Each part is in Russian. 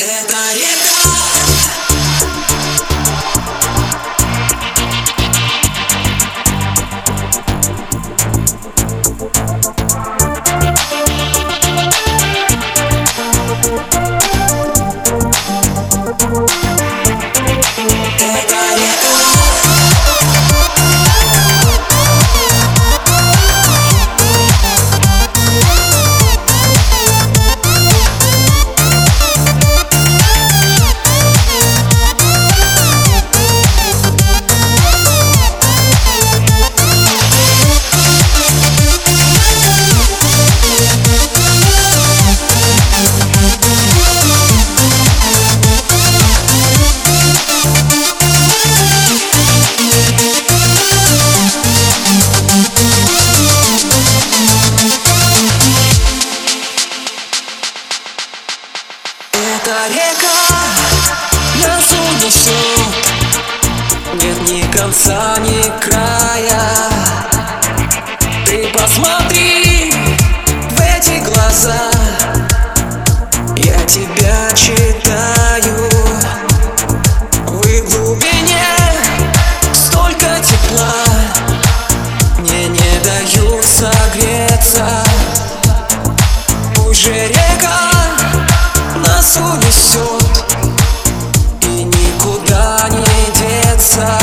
Это река. Эта река нас унесет, нет ни конца, ни края. Ты посмотри в эти глаза, я тебя читаю. В их глубине столько тепла, мне не дают согреться. Пусть же река нас унесет, и никуда не деться.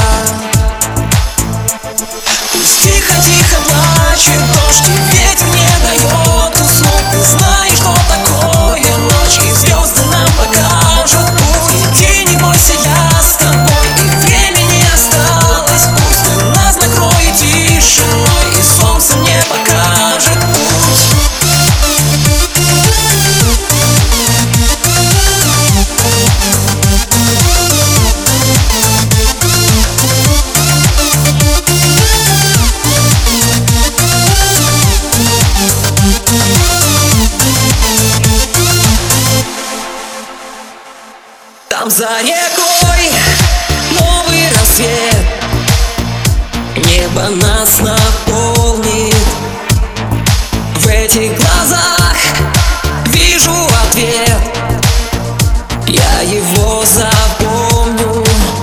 Пусть тихо-тихо плачет дождь, и ветер не дает уснуть. Ты знаешь, что такое ночь, и звезды нам покажут путь. Иди, не бойся, я с тобой, и времени осталось. Пусть ты нас накроет тишиной, и солнце мне покажет путь. Там за рекой новый рассвет, небо нас наполнит. В этих глазах вижу ответ, я его запомню.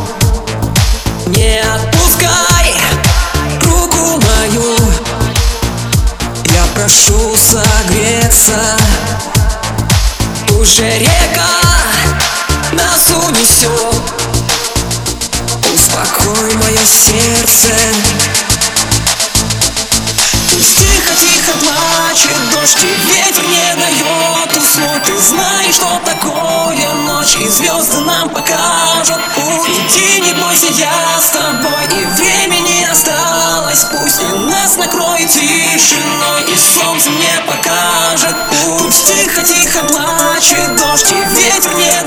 Не отпускай руку мою, я прошу согреться. Пусть же река нас унесет, успокой мое сердце. Пусть тихо-тихо плачет дождь, и ветер не дает уснуть. Ты знаешь, что такое ночь, и звезды нам покажут путь. Иди, не бойся, я с тобой, и времени осталось. Пусть нас накроет тишиной, и солнце мне покажет путь. Пусть тихо-тихо плачет дождь, и ветер не